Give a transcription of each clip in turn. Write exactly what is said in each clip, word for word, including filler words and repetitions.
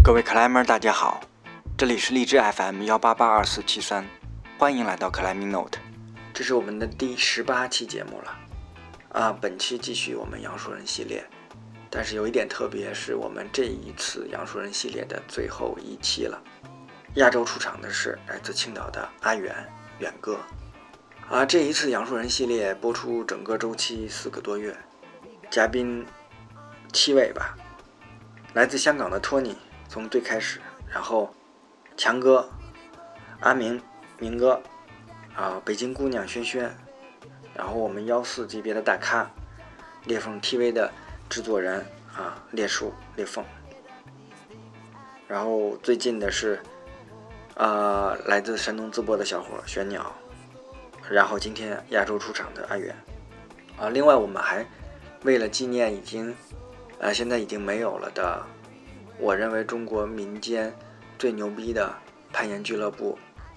各位克莱门，大家好，这里是荔枝 F M 幺八八二四七三，欢迎来到克莱明 Note， 这是我们的第十八期节目了啊。本期继续我们杨树人系列，但是有一点特别，是我们这一次杨树人系列的最后一期了。亚洲出场的是来自青岛的阿远远哥啊。这一次杨树人系列播出整个周期四个多月，嘉宾七位吧，来自香港的托尼。从最开始，然后强哥、阿明、明哥啊，北京姑娘轩轩，然后我们幺四级别的大咖裂缝 T V 的制作人啊，烈树裂缝，然后最近的是啊，来自山东淄博的小伙玄鸟，然后今天亚洲出场的阿远啊，另外我们还为了纪念已经啊现在已经没有了的。我认为中国民间最牛逼的攀岩俱乐部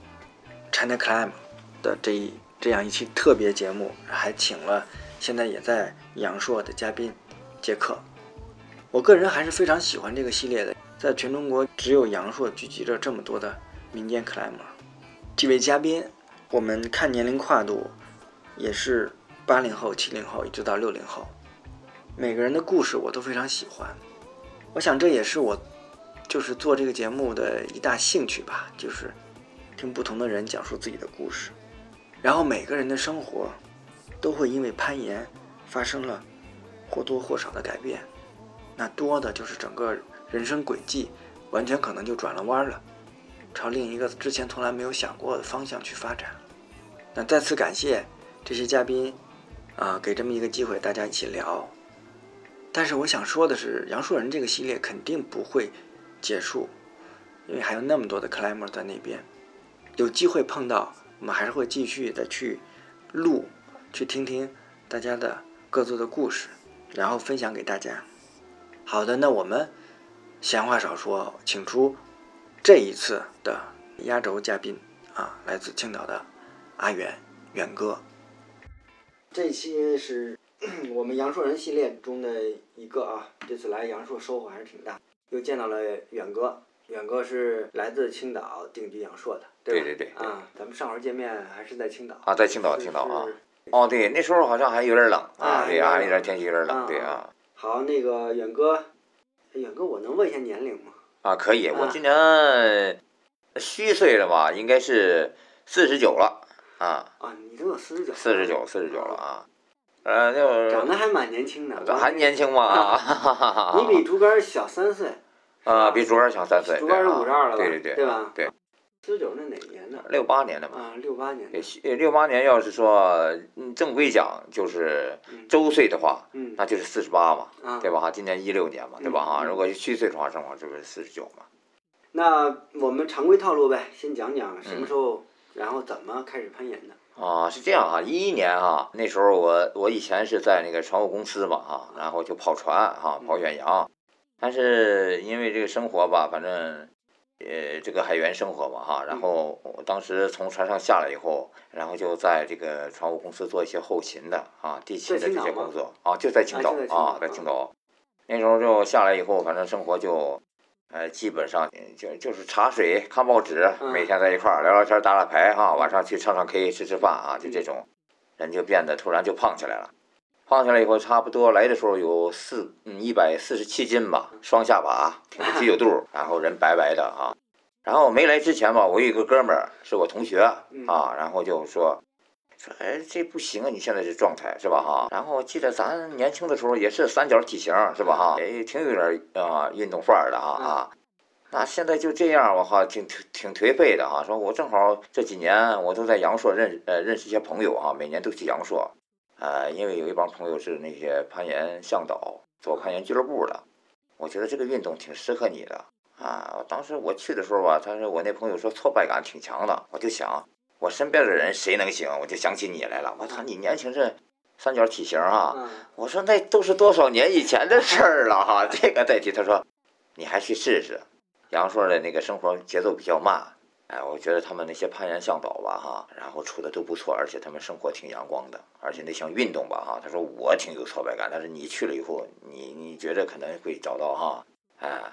China Climb 的这一这样一期特别节目，还请了现在也在阳朔的嘉宾杰克。我个人还是非常喜欢这个系列的，在全中国只有阳朔聚集着这么多的民间 climber。几位嘉宾，我们看年龄跨度也是八零后、七零后一直到六零后，每个人的故事我都非常喜欢。我想这也是我就是做这个节目的一大兴趣吧，就是听不同的人讲述自己的故事，然后每个人的生活都会因为攀岩发生了或多或少的改变，那多的就是整个人生轨迹完全可能就转了弯了，朝另一个之前从来没有想过的方向去发展。那再次感谢这些嘉宾啊，给这么一个机会大家一起聊。但是我想说的是，杨树人这个系列肯定不会结束，因为还有那么多的 climber 在那边，有机会碰到我们还是会继续的去录，去听听大家的各自的故事，然后分享给大家。好的，那我们闲话少说，请出这一次的压轴嘉宾啊，来自青岛的阿远远哥。这期是我们阳朔人系列中的一个啊，这次来阳朔收获还是挺大，又见到了远哥。远哥是来自青岛定居阳朔的，对吧？ 对对对对啊，咱们上回见面还是在青岛啊，在青岛，青岛啊。哦，对，那时候好像还有点冷啊，对啊，有点天气有点冷，对啊。 好，那个远哥，远哥，我能问一下年龄吗？ 啊，可以，我今年虚岁了吧，应该是四十九了啊。 啊，你都有四十九。 四十九，四十九了啊。呃，就长得还蛮年轻的。 还年轻吗？啊， 你比竹竿小三岁。 啊，比竹竿小三岁。 竹竿是五十二了吧？ 对对对， 对吧？ 对。 四十九是哪年的？ 六八年的嘛。 啊，六八年。 对，六八年要是说正规讲就是周岁的话， 嗯， 那就是四十八嘛， 啊， 对吧？哈，今年一六年嘛，对吧？哈，如果虚岁的话，正好就是四十九嘛。 那我们常规套路呗，先讲讲什么时候，嗯、然后怎么开始攀岩的。 啊，是这样啊，一一年啊，那时候我我以前是在那个船务公司嘛哈，然后就跑船哈，跑远洋，但是因为这个生活吧，反正，呃，这个海员生活嘛哈，然后我当时从船上下来以后，然后就在这个船务公司做一些后勤的啊，地勤的这些工作啊，就在青岛啊，在青岛，那时候就下来以后，反正生活就。呃，基本上就就是茶水、看报纸，每天在一块儿聊聊天、打打牌哈，晚上去唱唱 K、吃吃饭啊，就这种，人就变得突然就胖起来了。胖下来以后，差不多来的时候有四嗯一百四十七斤吧，双下巴，挺着啤酒肚，然后人白白的啊。然后没来之前吧，我有一个哥们儿是我同学啊，然后就说。说哎，这不行啊！你现在这状态是吧哈？然后记得咱年轻的时候也是三角体型是吧哈？哎，挺有点啊、呃、运动范儿的啊啊。那现在就这样，我哈挺挺颓废的哈。说我正好这几年我都在阳朔认呃认识一些朋友啊，每年都去阳朔，呃，因为有一帮朋友是那些攀岩向导，做攀岩俱乐部的，我觉得这个运动挺适合你的啊。当时我去的时候吧，他说我那朋友说挫败感挺强的，我就想。我身边的人谁能行？我就想起你来了。我操，你年轻这三角体型啊！嗯、我说那都是多少年以前的事儿了哈。这个代替他说，你还去试试。阳朔的那个生活节奏比较慢，哎，我觉得他们那些攀岩向导吧哈，然后处的都不错，而且他们生活挺阳光的，而且那项运动吧哈，他说我挺有挫败感，但是你去了以后，你你觉得可能会找到哈，哎。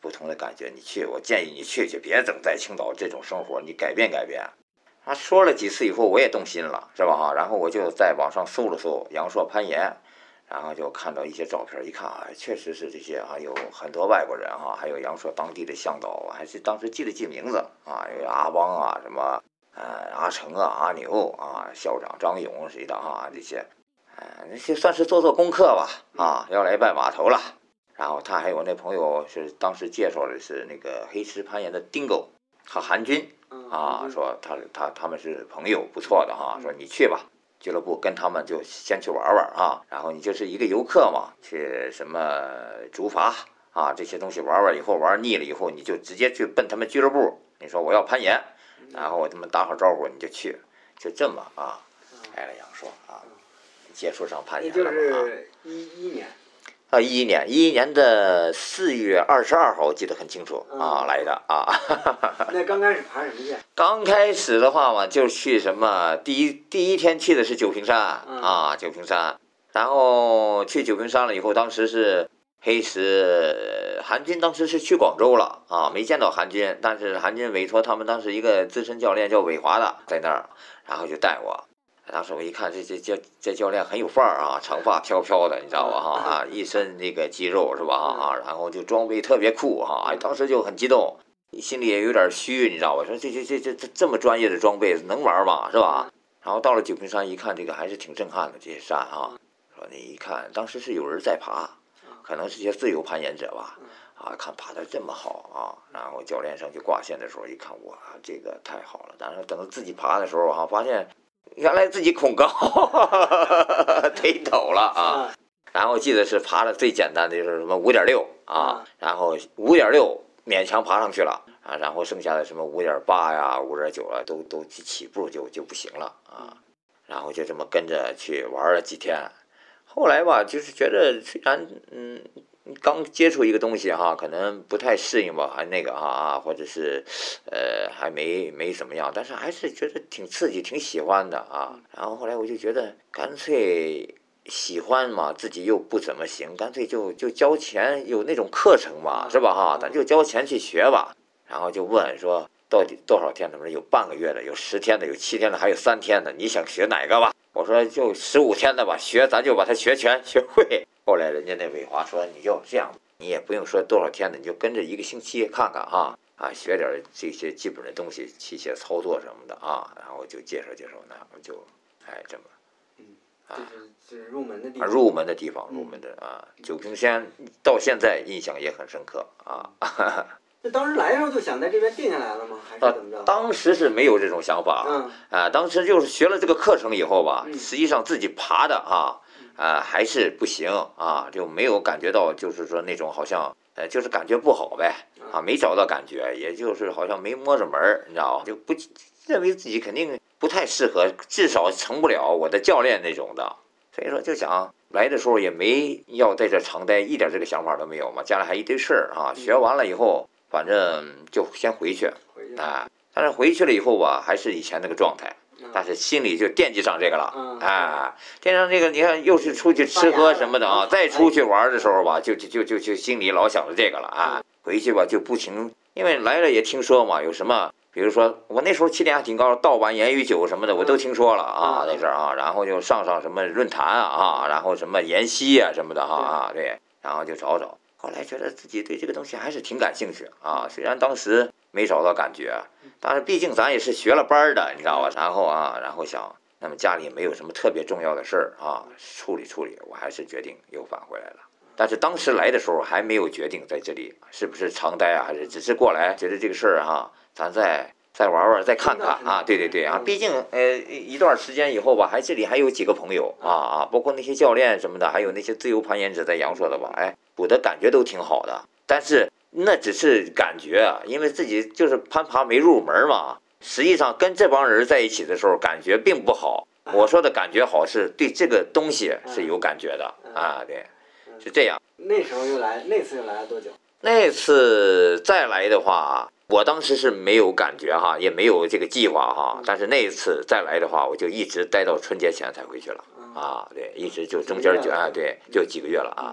不同的感觉，你去，我建议你去去，别整在青岛这种生活，你改变改变。他说了几次以后，我也动心了，是吧？哈，然后我就在网上搜了搜阳朔攀岩，然后就看到一些照片，一看啊，确实是这些啊，有很多外国人哈、啊，还有阳朔当地的向导，还是当时记得记名字啊，有阿汪啊，什么呃阿成啊、阿牛啊、校长张勇谁的啊这些，呃，那就算是做做功课吧啊，要来拜码头了。然后他还有那朋友是当时介绍的是那个黑石攀岩的丁狗和韩军。啊，说他他他们是朋友，不错的哈。说你去吧，俱乐部跟他们就先去玩玩啊。然后你就是一个游客嘛，去什么竹筏啊这些东西玩玩以后，玩腻了以后，你就直接去奔他们俱乐部。你说我要攀岩，然后我他们打好招呼你就去，就这么啊，来了阳朔啊，接触上攀岩了嘛。 就是一一年。 啊，一一年，一一年的四月二十二号，我记得很清楚啊， 嗯、 来的啊。 那刚开始爬什么线？ 刚开始的话嘛，就去什么，第一第一天去的是九平山、 嗯、 啊，九平山，然后去九平山了以后，当时是黑石韩军，当时是去广州了啊，没见到韩军，但是韩军委托他们当时一个资深教练叫韦华的在那儿，然后就带我。当时我一看这这这这教练很有范儿啊，长发飘飘的，你知道吧哈啊，一身那个肌肉是吧啊，然后就装备特别酷哈，当时就很激动，心里也有点虚，你知道吧？说这这这这这这么专业的装备能玩吗？是吧？然后到了九平山一看，这个还是挺震撼的这些山啊。说你一看，当时是有人在爬，可能是些自由攀岩者吧。啊，看爬得这么好啊，然后教练上去挂线的时候一看，哇，这个太好了。但是等到自己爬的时候啊，发现。原来自己恐高，忒陡了啊！然后记得是爬的最简单的就是什么五点六啊，然后五点六勉强爬上去了啊，然后剩下的什么五点八呀、五点九啊，都都起步就就不行了啊。然后就这么跟着去玩了几天，后来吧，就是觉得虽然嗯。刚接触一个东西哈，可能不太适应吧，还那个啊，或者是，呃，还没没怎么样，但是还是觉得挺刺激，挺喜欢的啊。然后后来我就觉得，干脆喜欢嘛，自己又不怎么行，干脆就就交钱，有那种课程嘛，是吧哈？咱就交钱去学吧。然后就问说，到底多少天？他们有半个月的，有十天的，有七天的，还有三天的，你想学哪个吧？我说就十五天的吧，学咱就把它学全学会。后来人家那伟华说，你就这样，你也不用说多少天的，你就跟着一个星期看看啊啊，学点这些基本的东西，器械操作什么的啊，然后就介绍介绍，那我就哎这么， 嗯，啊，这是入门的地方， 入门的地方，入门的啊，九平山到现在印象也很深刻啊。 那当时来的时候就想在这边定下来了吗？还是怎么着？ 当时是没有这种想法， 嗯， 啊，当时就是学了这个课程以后吧， 嗯、 实际上自己爬的啊。啊，还是不行啊，就没有感觉到，就是说那种好像，呃，就是感觉不好呗，啊，没找到感觉，也就是好像没摸着门儿，你知道吧？就不认为自己肯定不太适合，至少成不了我的教练那种的，所以说就想来的时候也没要在这长待，一点这个想法都没有嘛，家里还一堆事儿啊，学完了以后，反正就先回去，啊，但是回去了以后吧，还是以前那个状态。但是心里就惦记上这个了， 嗯、 啊，惦记上这个，你看又是出去吃喝什么的啊，再出去玩的时候吧，就就就就就心里老想着这个了啊。回去吧就不停，因为来了也听说嘛，有什么，比如说我那时候起点还挺高，盗版言语酒什么的我都听说了啊，那阵儿啊，然后就上上什么论坛啊，然后什么研析啊什么的哈啊，对，然后就找找。后来觉得自己对这个东西还是挺感兴趣啊，虽然当时没找到感觉，但是毕竟咱也是学了班的，你知道吧？然后啊，然后想，那么家里没有什么特别重要的事儿啊，处理处理，我还是决定又返回来了。但是当时来的时候还没有决定在这里是不是长待啊，还是只是过来觉得这个事儿哈，咱再再玩玩，再看看啊，对对对啊，毕竟呃一段时间以后吧，还这里还有几个朋友啊啊，包括那些教练什么的，还有那些自由攀岩者在阳朔的吧，哎，我的感觉都挺好的，但是那只是感觉啊，因为自己就是攀爬没入门嘛，实际上跟这帮人在一起的时候感觉并不好。我说的感觉好是对这个东西是有感觉的啊，对，是这样。 那时候又来，那次又来了多久？ 那次再来的话，我当时是没有感觉哈，也没有这个计划哈。但是那一次再来的话，我就一直待到春节前才回去了啊。对，一直就中间就啊，对，就几个月了啊。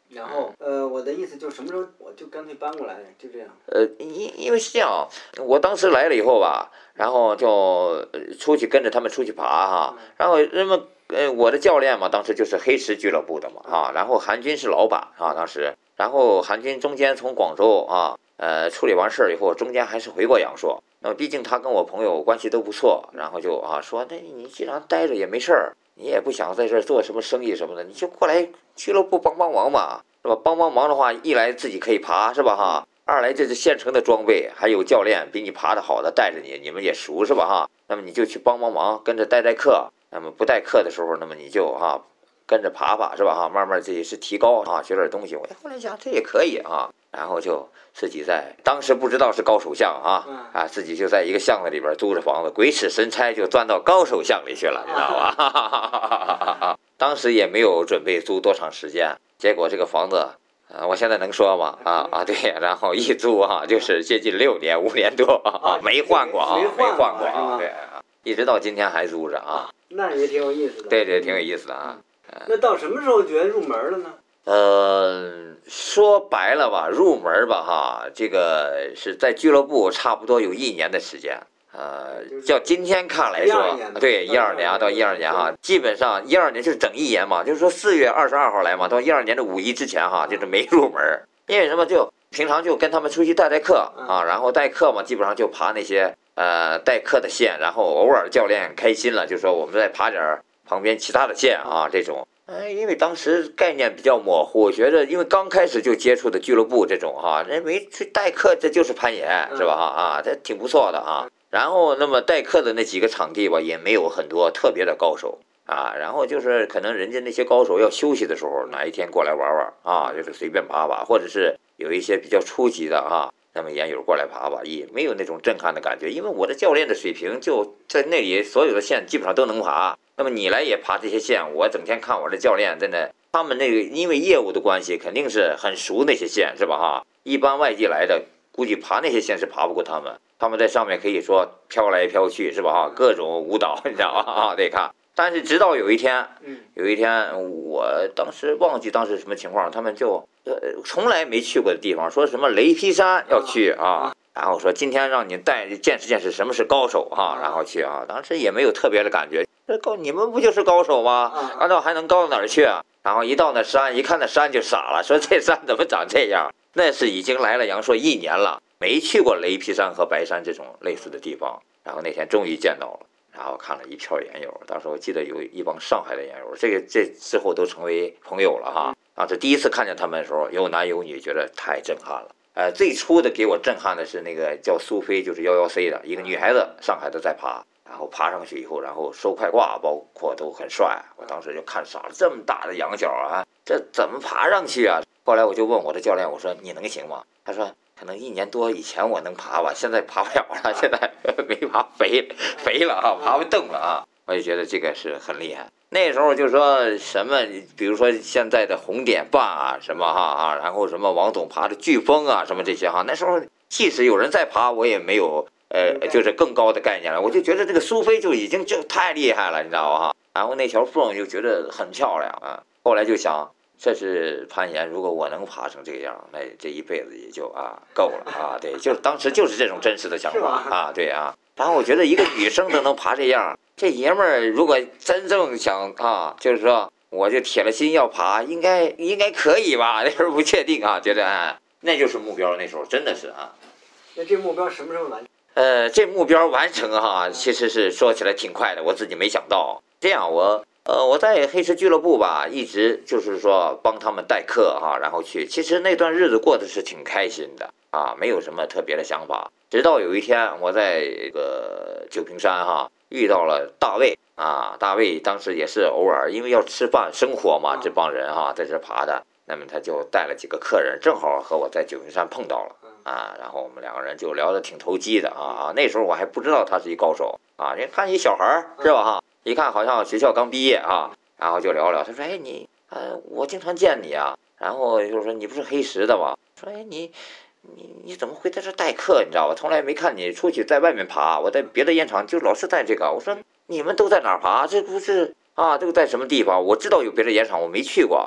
然后，呃，我的意思就是什么时候我就干脆搬过来，就这样。 呃，因因为是这样，我当时来了以后吧，然后就出去跟着他们出去爬哈，然后那么呃我的教练嘛，当时就是黑石俱乐部的嘛啊，然后韩军是老板啊当时，然后韩军中间从广州啊呃处理完事儿以后，中间还是回过阳朔。那么毕竟他跟我朋友关系都不错，然后就啊说，那你既然待着也没事儿，你也不想在这儿做什么生意什么的，你就过来俱乐部帮帮忙嘛。是吧？帮帮忙的话，一来自己可以爬，是吧哈？二来这是现成的装备，还有教练比你爬得好的带着你，你们也熟，是吧哈？那么你就去帮帮忙，跟着带带课。那么不带课的时候，那么你就哈跟着爬爬，是吧哈？慢慢自己是提高啊，学点东西。我后来想这也可以啊，然后就自己在当时不知道是高手巷啊啊，自己就在一个巷子里边租着房子，鬼使神差就钻到高手巷里去了，你知道吧？当时也没有准备租多长时间。结果这个房子，啊，我现在能说吗？啊啊，对，然后一租啊，就是接近六年，五年多啊，没换过啊，没换过啊，对啊，一直到今天还租着啊。 那也挺有意思的。 对对，挺有意思的啊。 那到什么时候觉得入门了呢？ 呃，说白了吧，入门吧哈，这个是在俱乐部差不多有一年的时间。呃，叫今天看来说，对，一二年啊，到一二年哈，基本上一二年就是整一年嘛，就是说四月二十二号来嘛，到一二年的五一之前哈，就是没入门，因为什么？就平常就跟他们出去带带课啊，然后带课嘛，基本上就爬那些呃带课的线，然后偶尔教练开心了，就说我们再爬点旁边其他的线啊，这种。哎，因为当时概念比较模糊，我觉得因为刚开始就接触的俱乐部这种哈，认为去代课这就是攀岩是吧哈啊，这挺不错的啊。然后那么代课的那几个场地吧，也没有很多特别的高手啊。然后就是可能人家那些高手要休息的时候，哪一天过来玩玩啊，就是随便爬爬，或者是有一些比较初级的啊，那么岩友过来爬爬，也没有那种震撼的感觉，因为我的教练的水平就在那里，所有的线基本上都能爬。那么你来也爬这些线，我整天看我的教练在那，他们那个因为业务的关系，肯定是很熟那些线，是吧哈？一般外地来的，估计爬那些线是爬不过他们。他们在上面可以说飘来飘去，是吧哈？各种舞蹈，你知道吧啊？得看。但是直到有一天，有一天我当时忘记当时什么情况，他们就呃从来没去过的地方，说什么雷劈山要去啊。然后说今天让你带见识见识什么是高手哈，然后去啊，当时也没有特别的感觉，这高你们不就是高手吗？难道还能高到哪儿去啊？然后一到那山，一看那山就傻了，说这山怎么长这样？那是已经来了阳朔一年了，没去过雷劈山和白山这种类似的地方。然后那天终于见到了，然后看了一票岩友，当时我记得有一帮上海的岩友，这个这之后都成为朋友了哈。啊，这第一次看见他们的时候，有男有女，觉得太震撼了。呃，最初的给我震撼的是那个叫苏菲，就是幺幺 C 的一个女孩子，上海的在爬，然后爬上去以后，然后收快挂，包括都很帅。我当时就看傻了，这么大的羊角啊，这怎么爬上去啊？后来我就问我的教练，我说你能行吗？他说可能一年多以前我能爬吧，现在爬不了了，现在没爬肥肥了啊，爬不动了啊。我就觉得这个是很厉害。那时候就说什么，比如说现在的红点半啊，什么哈啊，然后什么王总爬的飓风啊，什么这些哈，那时候即使有人在爬，我也没有呃，就是更高的概念了。我就觉得这个苏菲就已经就太厉害了，你知道吧哈。然后那条缝就觉得很漂亮啊。后来就想，这是攀岩，如果我能爬成这样，那这一辈子也就啊够了啊。对，就是当时就是这种真实的想法啊，对啊。然后我觉得一个女生都能爬这样，这爷们儿如果真正想啊，就是说我就铁了心要爬，应该应该可以吧？那时候不确定啊，觉得啊，那就是目标。那时候真的是啊。 那这目标什么时候完成？ 呃，这目标完成哈，其实是说起来挺快的，我自己没想到。这样我呃我在黑石俱乐部吧，一直就是说帮他们代课哈，然后去，其实那段日子过得是挺开心的啊，没有什么特别的想法。直到有一天，我在这个九平山哈遇到了大卫啊，大卫当时也是偶尔，因为要吃饭生活嘛，这帮人哈在这爬的，那么他就带了几个客人，正好和我在九平山碰到了啊，然后我们两个人就聊得挺投机的啊。那时候我还不知道他是一高手啊，你看一小孩是吧哈，一看好像学校刚毕业啊，然后就聊聊，他说哎你呃我经常见你啊，然后就是说你不是黑石的吗？说哎你。你你怎么会在这代课？你知道吧？从来没看你出去在外面爬。我在别的烟场就老是在这个。我说你们都在哪儿爬？这不是啊？这个在什么地方？我知道有别的烟场，我没去过。然后我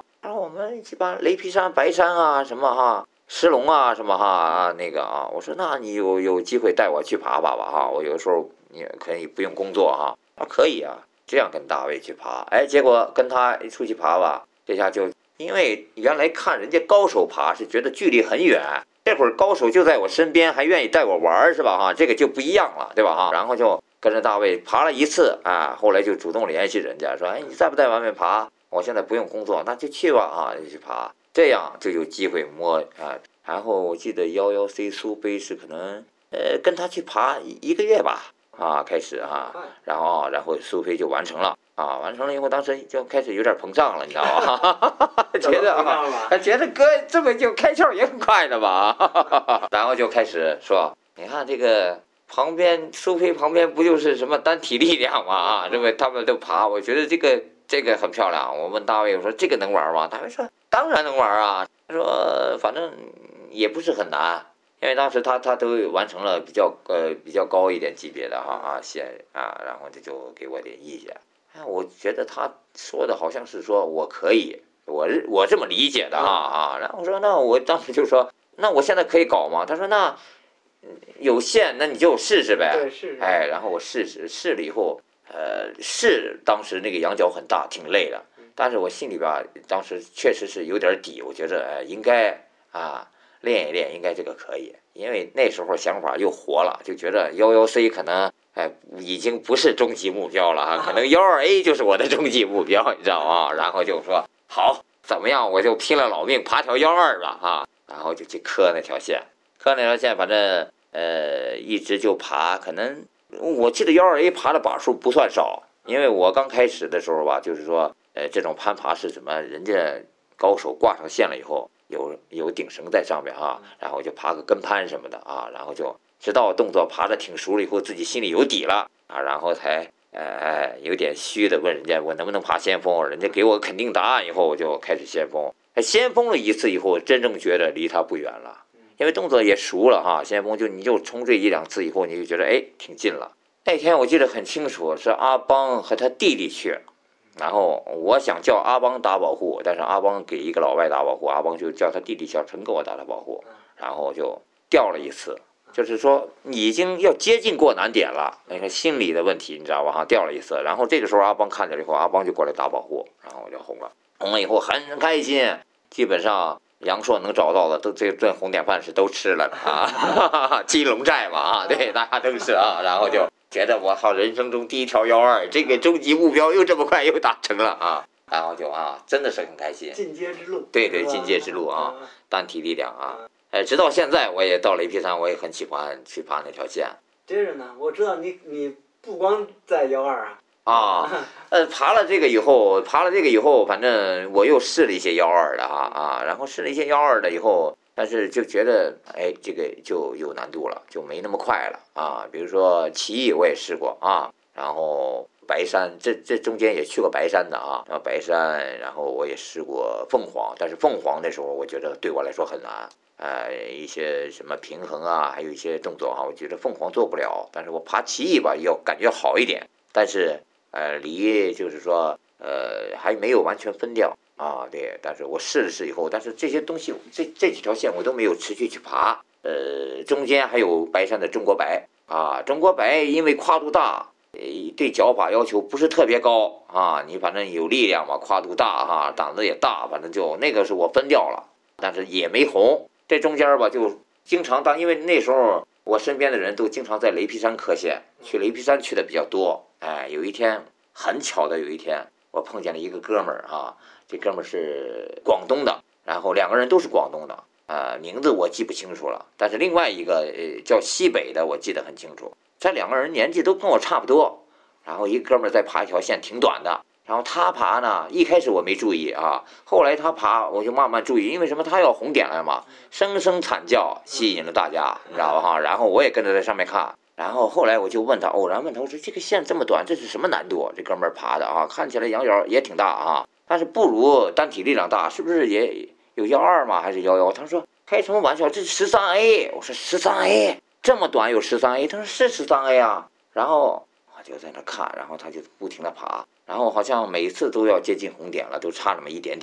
我们一般雷劈山、白山啊，什么哈，石龙啊，什么哈啊那个啊，我说那你有有机会带我去爬爬吧哈，我有的时候你可以不用工作哈，啊可以啊，这样跟大卫去爬，哎，结果跟他一出去爬吧，这下就因为原来看人家高手爬是觉得距离很远。这会儿高手就在我身边，还愿意带我玩是吧？哈，这个就不一样了，对吧？哈，然后就跟着大卫爬了一次啊，后来就主动联系人家说，哎，你在不在外面爬？我现在不用工作，那就去吧，啊，就去爬，这样就有机会摸啊。然后我记得幺幺 C 苏菲是可能呃跟他去爬一个月吧，啊，开始啊，然后然后苏菲就完成了。啊，完成了以后，当时就开始有点膨胀了，你知道吗？觉得啊，觉得哥这么就开窍也很快的吧？然后就开始说，你看这个旁边苏菲旁边不就是什么单体力量吗？啊，这么他们都爬，我觉得这个这个很漂亮。我问大卫，我说这个能玩吗？大卫说当然能玩啊。他说反正也不是很难，因为当时他他都完成了比较呃比较高一点级别的哈啊线啊，然后这就给我点意见。我觉得他说的好像是说我可以，我我这么理解的哈啊。然后我说那我当时就说那我现在可以搞吗？他说那有限，那你就试试呗。 对，试试。 哎，然后我试试试了以后，呃，是当时那个羊角很大，挺累的。但是我心里边当时确实是有点底，我觉得哎应该啊练一练，应该这个可以。因为那时候想法又活了，就觉得幺幺 C 可能。哎，已经不是终极目标了啊，可能幺二 A 就是我的终极目标，你知道吗？然后就说好，怎么样，我就拼了老命爬条幺二吧啊，然后就去磕那条线，磕那条线，反正呃一直就爬，可能我记得幺二 A 爬的把数不算少，因为我刚开始的时候吧，就是说呃这种攀爬是什么，人家高手挂上线了以后，有有顶绳在上面啊，然后就爬个跟攀什么的啊，然后就。直到动作爬得挺熟了以后，自己心里有底了啊，然后才呃有点虚的问人家我能不能爬先锋，人家给我肯定答案以后，我就开始先锋。哎，先锋了一次以后，真正觉得离他不远了，因为动作也熟了哈。先锋就你就冲这一两次以后，你就觉得哎挺近了。那天我记得很清楚，是阿邦和他弟弟去，然后我想叫阿邦打保护，但是阿邦给一个老外打保护，阿邦就叫他弟弟小陈给我打打保护，然后就掉了一次。就是说已经要接近过难点了，那个心理的问题你知道吧？哈，掉了一次，然后这个时候阿邦看见了以后，阿邦就过来打保护，然后我就红了，红了以后很开心，基本上阳朔能找到的都这顿红点饭是都吃了的啊，金龙寨嘛啊，对，大家都是啊，然后就觉得我操，人生中第一条幺二，这个终极目标又这么快又达成了啊，然后就啊，真的是很开心， 进阶之路， 对对，进阶之路啊，单体力量啊。哎，直到现在我也到雷劈山，我也很喜欢去爬那条线。 接着呢，我知道你你不光在幺二啊。 啊，呃，爬了这个以后，爬了这个以后，反正我又试了一些幺二的啊啊，然后试了一些幺二的以后，但是就觉得哎，这个就有难度了，就没那么快了啊。比如说奇异我也试过啊，然后白山这这中间也去过白山的啊，然后白山，然后我也试过凤凰，但是凤凰那时候我觉得对我来说很难。呃，一些什么平衡啊，还有一些动作啊，我觉得凤凰做不了，但是我爬奇异吧，要感觉好一点，但是呃，离就是说呃还没有完全分掉啊，对，但是我试了试以后，但是这些东西这这几条线我都没有持续去爬，呃，中间还有白山的中国白啊，中国白因为跨度大，呃，对脚法要求不是特别高啊，你反正有力量嘛，跨度大哈、啊，胆子也大，反正就那个是我分掉了，但是也没红。这中间吧，就经常当，因为那时候我身边的人都经常在雷劈山磕线，去雷劈山去的比较多。哎，有一天很巧的，有一天我碰见了一个哥们儿啊，这哥们儿是广东的，然后两个人都是广东的，啊、呃，名字我记不清楚了，但是另外一个呃叫西北的，我记得很清楚。这两个人年纪都跟我差不多，然后一个哥们儿在爬一条线，挺短的。然后他爬呢，一开始我没注意啊，后来他爬我就慢慢注意，因为什么？他要红点来嘛，声声惨叫吸引了大家，你知道吧哈？然后我也跟着在上面看，然后后来我就问他，偶然问他，我说这个线这么短，这是什么难度？这哥们儿爬的啊，看起来羊角也挺大啊，但是不如单体力量大，是不是也有幺二吗？还是幺幺？他说开什么玩笑，这是十三 A。我说十三 A 这么短有十三 A？他说是十三 A 啊。然后我就在那看，然后他就不停的爬。然后好像每次都要接近红点了，都差那么一点点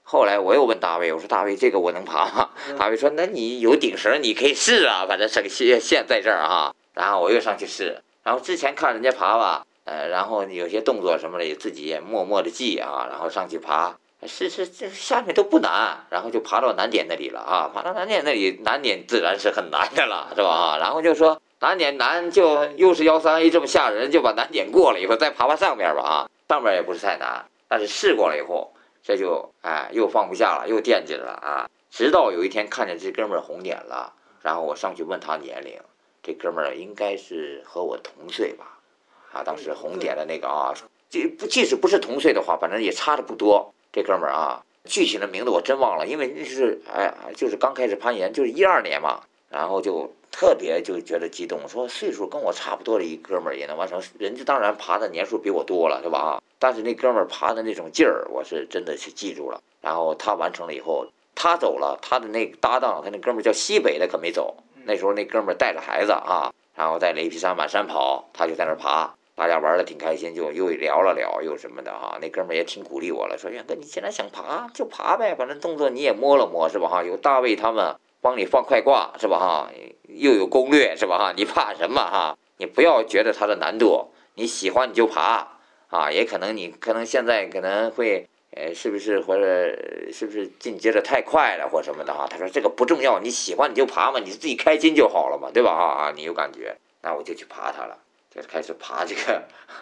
后来我又问大卫，我说大卫这个我能爬吗？大卫说那你有顶绳你可以试啊，反正这个线线在这儿啊。然后我又上去试，然后之前看人家爬吧，呃，然后有些动作什么的也自己也默默的记啊，然后上去爬，是是这下面都不难，然后就爬到难点那里了啊，爬到难点那里，难点自然是很难的了，是吧啊？然后就说难点难，就又是幺三 A 这么吓人，就把难点过了以后再爬爬上面吧啊，上面也不是太难，但是试过了以后，这就哎又放不下了，又惦记着了啊，直到有一天看见这哥们儿红点了，然后我上去问他年龄。这哥们儿应该是和我同岁吧，啊，当时红点的那个啊，即即使不是同岁的话，反正也差的不多。这哥们儿啊，具体的名字我真忘了，因为那是哎，就是刚开始攀岩，就是一二年嘛，然后就特别就觉得激动，说岁数跟我差不多的一哥们儿也能完成，人家当然爬的年数比我多了，是吧啊？但是那哥们儿爬的那种劲儿，我是真的是记住了。然后他完成了以后，他走了，他的那个搭档，他那哥们儿叫西北的可没走。那时候那哥们儿带着孩子啊，然后在雷劈山满山跑，他就在那儿爬，大家玩的挺开心，就又聊了聊又什么的哈、啊。那哥们儿也挺鼓励我了，说远哥你既然想爬就爬呗，反正动作你也摸了摸是吧哈？有大卫他们帮你放快挂是吧哈？又有攻略是吧哈？你怕什么哈？你不要觉得它的难度，你喜欢你就爬啊，也可能你可能现在可能会。呃，是不是或者是不是进阶的太快了或什么的哈？他说这个不重要，你喜欢你就爬嘛，你自己开心就好了嘛，对吧？啊，你有感觉，那我就去爬它了，就开始爬这个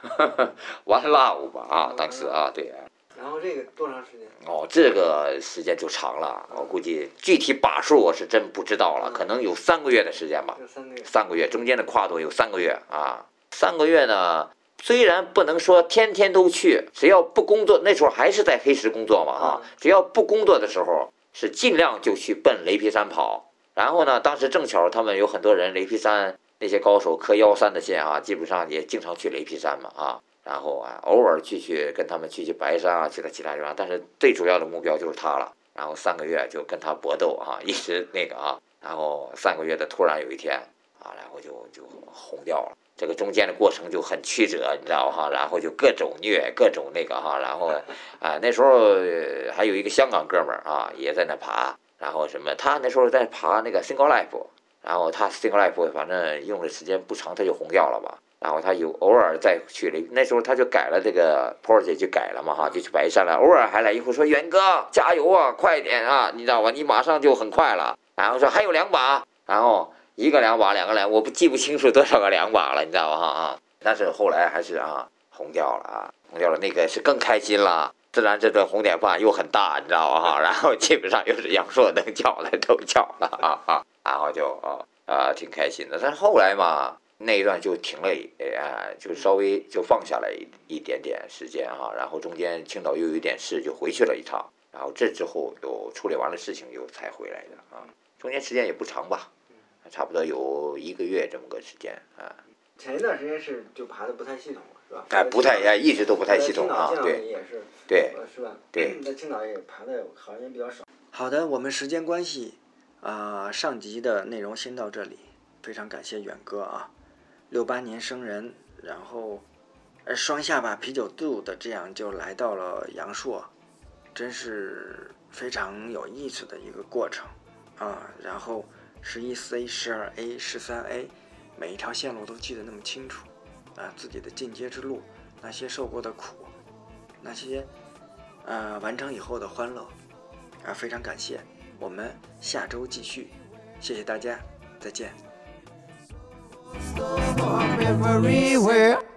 One Love 吧啊，当时啊对。 然后这个多长时间？ 哦，这个时间就长了，我估计具体把数我是真不知道了，可能有三个月的时间吧。 三个月。 三个月中间的跨度有三个月啊，三个月呢。虽然不能说天天都去，只要不工作，那时候还是在黑石工作嘛啊，只要不工作的时候，是尽量就去奔雷劈山跑。然后呢，当时正巧他们有很多人雷劈山那些高手磕幺三的线啊，基本上也经常去雷劈山嘛啊。然后啊，偶尔去去跟他们去去白山啊，去到其他地方，但是最主要的目标就是他了。然后三个月就跟他搏斗啊，一直那个啊，然后三个月的突然有一天啊，然后就就红掉了。这个中间的过程就很曲折，你知道哈，然后就各种虐，各种那个哈，然后啊那时候还有一个香港哥们儿啊也在那爬，然后什么他那时候在爬那个 Single Life， 然后他 Single Life 反正用的时间不长他就红掉了吧，然后他有偶尔再去了，那时候他就改了这个 project 就改了嘛哈，就去白山了，偶尔还来一会说远哥加油啊，快点啊，你知道吧，你马上就很快了，然后说还有两把，然后。一个两把，两个两，我不记不清楚多少个两把了，你知道吧啊？但是后来还是啊红掉了啊，红掉了，那个是更开心了。自然这顿红点饭又很大，你知道吧哈？然后基本上又是阳朔能叫的都叫了啊啊，然后就啊啊挺开心的。但是后来嘛，那一段就停了，哎，就稍微就放下来一一点点时间哈。然后中间青岛又有一点事，就回去了一趟。然后这之后又处理完了事情，又才回来的啊。中间时间也不长吧。差不多有一个月这么个时间啊。 前一段时间是就爬的不太系统了，是吧？ 哎，不太哎，一直都不太系统啊。对， 也是， 对， 是吧？ 对， 在青岛也爬的好像也比较少。好的，我们时间关系啊、呃，上集的内容先到这里，非常感谢远哥啊，六八年生人，然后呃双下巴啤酒肚的这样就来到了阳朔，真是非常有意思的一个过程啊，然后。十一 C、十二 A、十三 A， 每一条线路都记得那么清楚，啊，自己的进阶之路，那些受过的苦，那些，呃，完成以后的欢乐，啊，非常感谢，我们下周继续，谢谢大家，再见。